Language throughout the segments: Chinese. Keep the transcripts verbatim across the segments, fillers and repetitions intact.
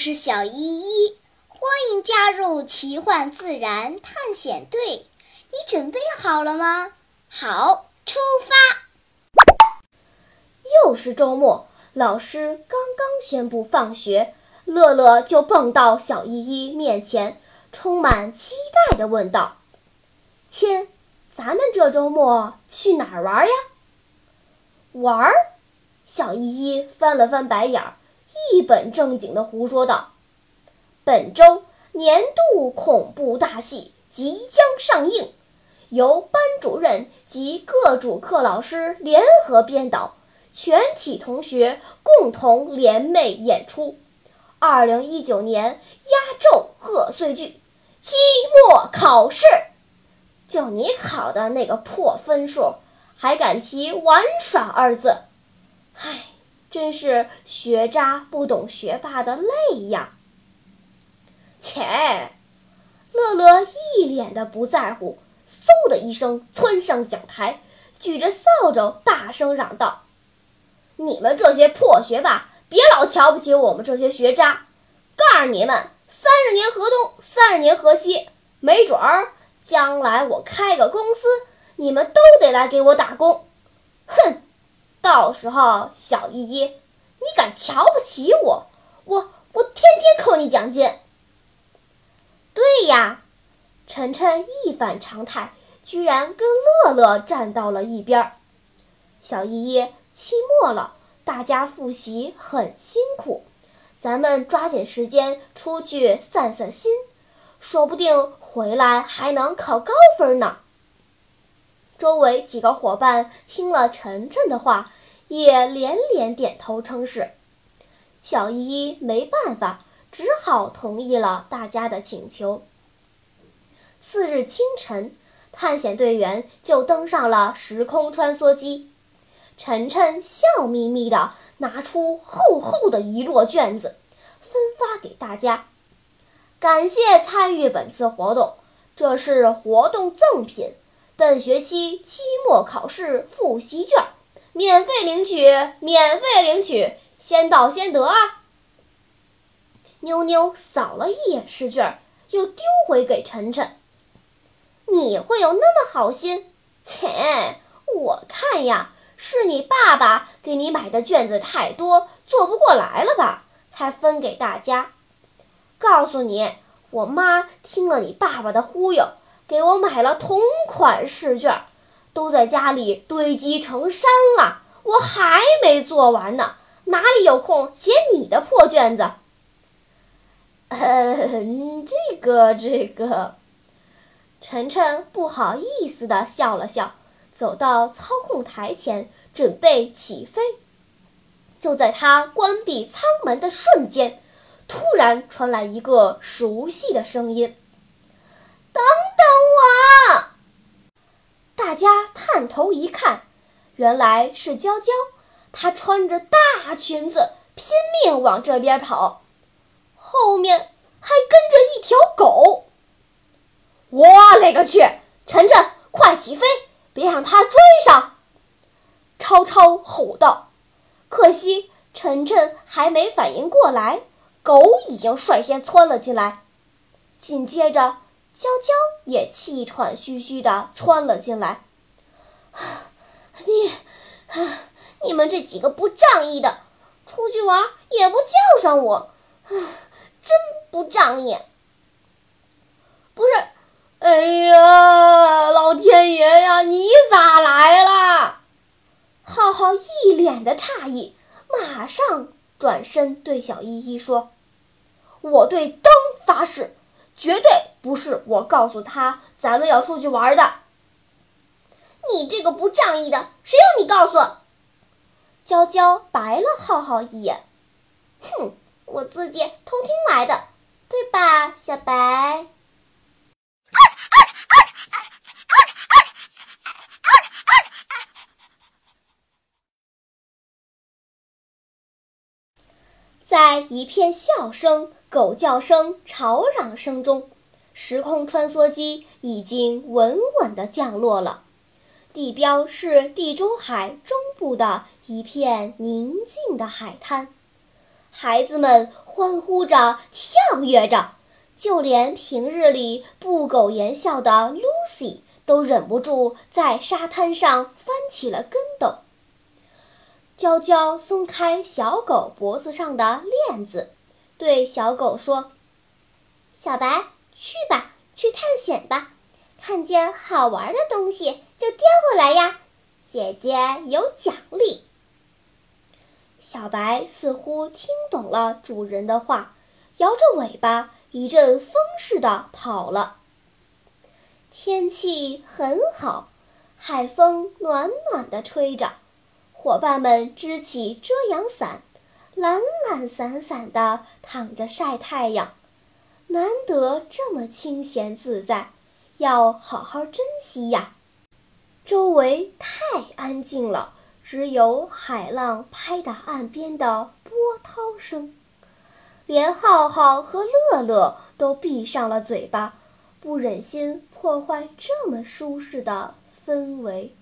是小依依，欢迎加入奇幻自然探险队。你准备好了吗？好，出发！ 又是周末，老师刚刚宣布放学，乐乐就蹦到小依依面前，充满期待地问道：“亲，咱们这周末去哪儿玩呀？”玩儿？小依依翻了翻白眼儿，一本正经地胡说道：“本周年度恐怖大戏即将上映，由班主任及各主课老师联合编导，全体同学共同联袂演出。二零一九年压轴贺岁剧《期末考试》。就你考的那个破分数，还敢提玩耍二字？唉，真是学渣不懂学霸的累呀！”切！乐乐一脸的不在乎，嗖的一声窜上讲台，举着扫帚大声嚷道：“你们这些破学霸，别老瞧不起我们这些学渣！告诉你们，三十年河东，三十年河西，没准儿将来我开个公司，你们都得来给我打工。哼！到时候小依依，你敢瞧不起我，我我天天扣你奖金。”对呀，晨晨一反常态，居然跟乐乐站到了一边。小依依，期末了，大家复习很辛苦，咱们抓紧时间出去散散心，说不定回来还能考高分呢。周围几个伙伴听了晨晨的话，也连连点头称是。小依依没办法，只好同意了大家的请求。次日清晨，探险队员就登上了时空穿梭机。晨晨笑眯眯地拿出厚厚的一摞卷子，分发给大家。感谢参与本次活动，这是活动赠品，本学期期末考试复习卷，免费领取，免费领取，先到先得啊！妞妞扫了一眼试卷，又丢回给晨晨。你会有那么好心？切，我看呀，是你爸爸给你买的卷子太多，做不过来了吧，才分给大家。告诉你，我妈听了你爸爸的忽悠，给我买了同款试卷，都在家里堆积成山了，我还没做完呢，哪里有空写你的破卷子？呃，这个这个，晨晨不好意思地笑了笑，走到操控台前，准备起飞。就在他关闭舱门的瞬间，突然传来一个熟悉的声音：“等等我！”大家探头一看，原来是娇娇，她穿着大裙子，拼命往这边跑，后面还跟着一条狗。我勒个去！晨晨，快起飞，别让他追上！超超吼道。可惜晨晨还没反应过来，狗已经率先窜了进来。紧接着娇娇也气喘吁吁地窜了进来。你你们这几个不仗义的，出去玩也不叫上我，真不仗义。不是，哎呀，老天爷呀，你咋来了？浩浩一脸的诧异，马上转身对小依依说：“我对灯发誓，绝对不是我告诉他咱们要出去玩的。”你这个不仗义的，谁让你告诉？娇娇白了浩浩一眼。哼，我自己偷听来的，对吧，小白？在一片笑声、狗叫声、吵嚷声中，时空穿梭机已经稳稳地降落了。地标是地中海中部的一片宁静的海滩， 孩子们欢呼着跳跃着，就连平日里不苟言笑的 Lucy 都忍不住在沙滩上翻起了跟斗。娇娇松开小狗脖子上的链子，对小狗说：小白，去吧，去探险吧，看见好玩的东西就叼回来呀，姐姐有奖励。小白似乎听懂了主人的话，摇着尾巴一阵风似的跑了。天气很好，海风暖暖地吹着，伙伴们支起遮阳伞，懒懒散散地躺着晒太阳。难得这么清闲自在，要好好珍惜呀。周围太安静了，只有海浪拍打岸边的波涛声。连浩浩和乐乐都闭上了嘴巴，不忍心破坏这么舒适的氛围。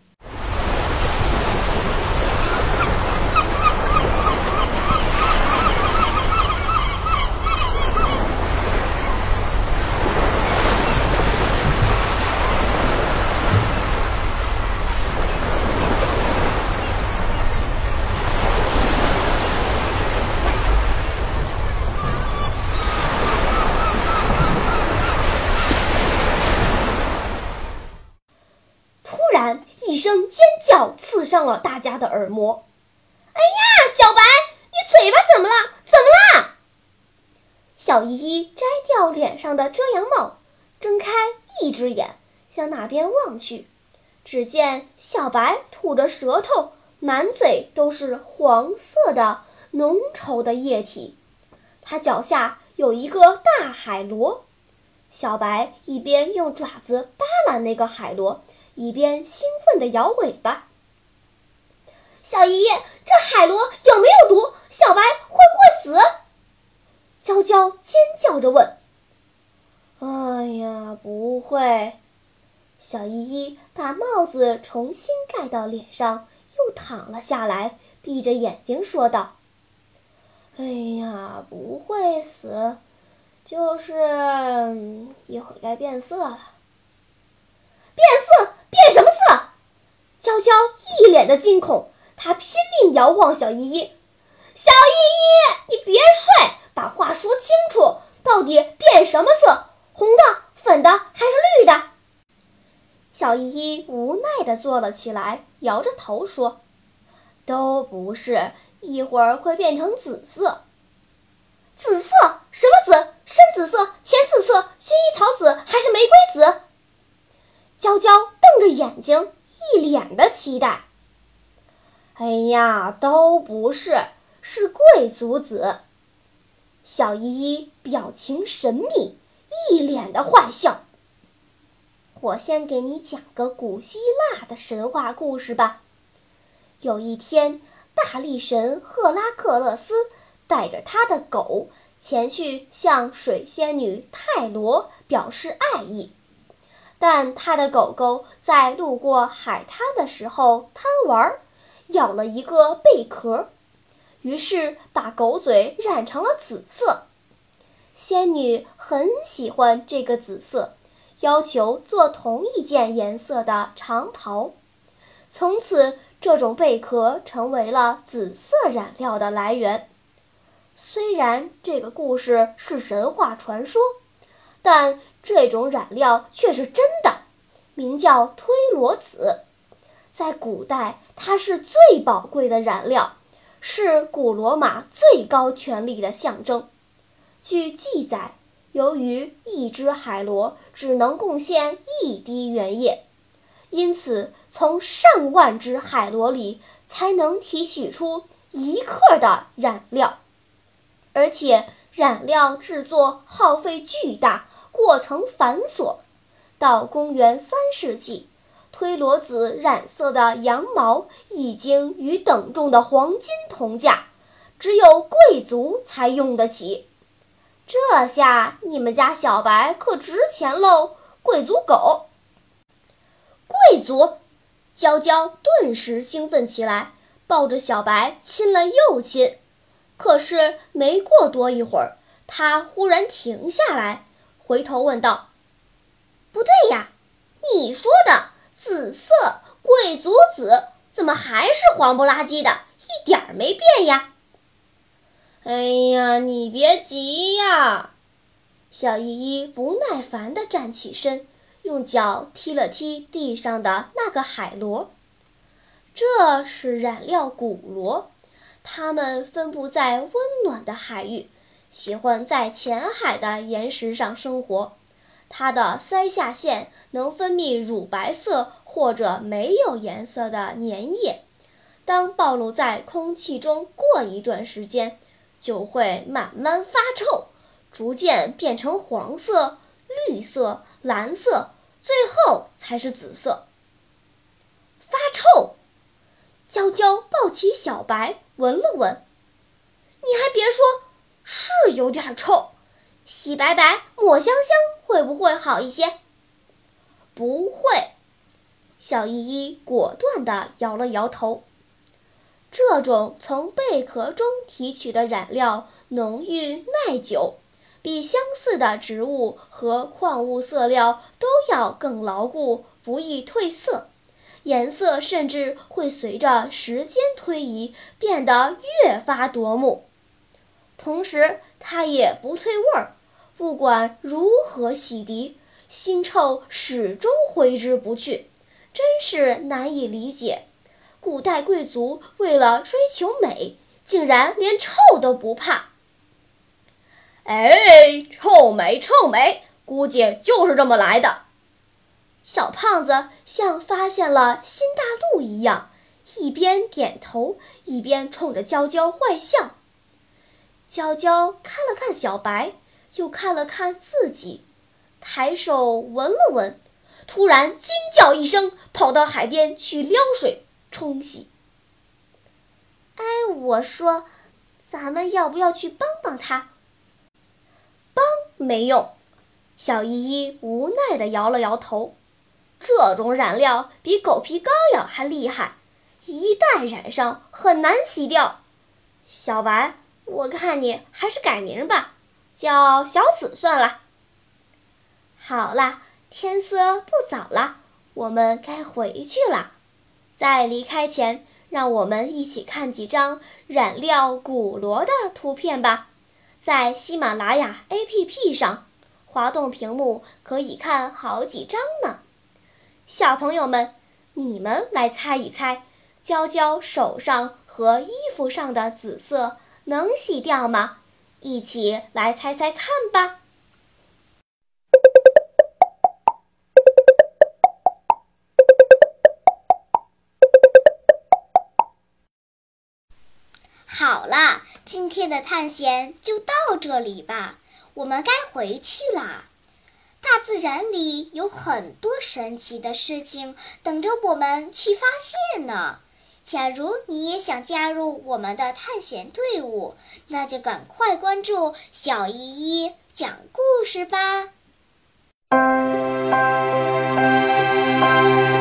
一声尖叫刺伤了大家的耳膜。哎呀，小白，你嘴巴怎么了？怎么了？小依依摘掉脸上的遮阳帽，睁开一只眼向那边望去，只见小白吐着舌头，满嘴都是黄色的浓稠的液体。他脚下有一个大海螺，小白一边用爪子扒拉那个海螺，一边兴奋地摇尾巴。小姨姨，这海螺有没有毒？小白会不会死？娇娇尖叫着问。哎呀，不会。小依依把帽子重新盖到脸上，又躺了下来，闭着眼睛说道：哎呀，不会死，就是一会儿该变色了。变色？变什么色？娇娇一脸的惊恐，她拼命摇晃小依依。小依依，你别睡，把话说清楚，到底变什么色？红的、粉的还是绿的？小依依无奈地坐了起来，摇着头说：都不是，一会儿会变成紫色。紫色？什么紫？深紫色、浅紫色、薰衣草紫还是玫瑰紫？娇娇瞪着眼睛，一脸的期待。哎呀，都不是，是贵族紫。小依依表情神秘，一脸的坏笑。我先给你讲个古希腊的神话故事吧。有一天，大力神赫拉克勒斯带着他的狗前去向水仙女泰罗表示爱意，但他的狗狗在路过海滩的时候贪玩，咬了一个贝壳，于是把狗嘴染成了紫色。仙女很喜欢这个紫色，要求做同一件颜色的长袍。从此，这种贝壳成为了紫色染料的来源。虽然这个故事是神话传说，但这种染料却是真的，名叫推罗紫。在古代，它是最宝贵的染料，是古罗马最高权力的象征。据记载，由于一只海螺只能贡献一滴原液，因此从上万只海螺里才能提取出一克的染料，而且染料制作耗费巨大，过程繁琐。到公元三世纪，推罗紫染色的羊毛已经与等重的黄金同价，只有贵族才用得起。这下你们家小白可值钱喽，贵族狗！贵族！娇娇顿时兴奋起来，抱着小白亲了又亲。 可是没过多一会儿，他忽然停下来，回头问道：“不对呀，你说的紫色贵族紫怎么还是黄不拉几的，一点儿没变呀？”“哎呀，你别急呀！”小依依不耐烦地站起身，用脚踢了踢地上的那个海螺。这是染料古螺，它们分布在温暖的海域，喜欢在浅海的岩石上生活。它的鳃下腺能分泌乳白色或者没有颜色的粘液，当暴露在空气中过一段时间，就会慢慢发臭，逐渐变成黄色、绿色、蓝色，最后才是紫色。发臭！娇娇抱起小白闻了闻，你还别说，是有点臭，洗白白抹香香会不会好一些？不会，小依依果断地摇了摇头。这种从贝壳中提取的染料浓郁耐久，比相似的植物和矿物色料都要更牢固，不易褪色，颜色甚至会随着时间推移变得越发夺目。同时它也不褪味儿，不管如何洗涤，腥臭始终挥之不去，真是难以理解。古代贵族为了追求美，竟然连臭都不怕。哎，臭美臭美，估计就是这么来的。小胖子像发现了新大陆一样，一边点头，一边冲着娇娇坏笑。娇娇看了看小白，又看了看自己，抬手闻了闻，突然惊叫一声，跑到海边去撩水冲洗。哎，我说，咱们要不要去帮帮他？帮没用，小依依无奈地摇了摇头。这种染料比狗皮膏药还厉害，一旦染上很难洗掉。小白，我看你还是改名吧，叫小紫算了。好啦，天色不早了，我们该回去了。在离开前，让我们一起看几张染料古螺的图片吧。在喜马拉雅 A P P 上，滑动屏幕可以看好几张呢。小朋友们，你们来猜一猜，娇娇手上和衣服上的紫色能洗掉吗？一起来猜猜看吧。 好啦，今天的探险就到这里吧，我们该回去啦。大自然里有很多神奇的事情等着我们去发现呢。假如你也想加入我们的探险队伍，那就赶快关注小依依讲故事吧。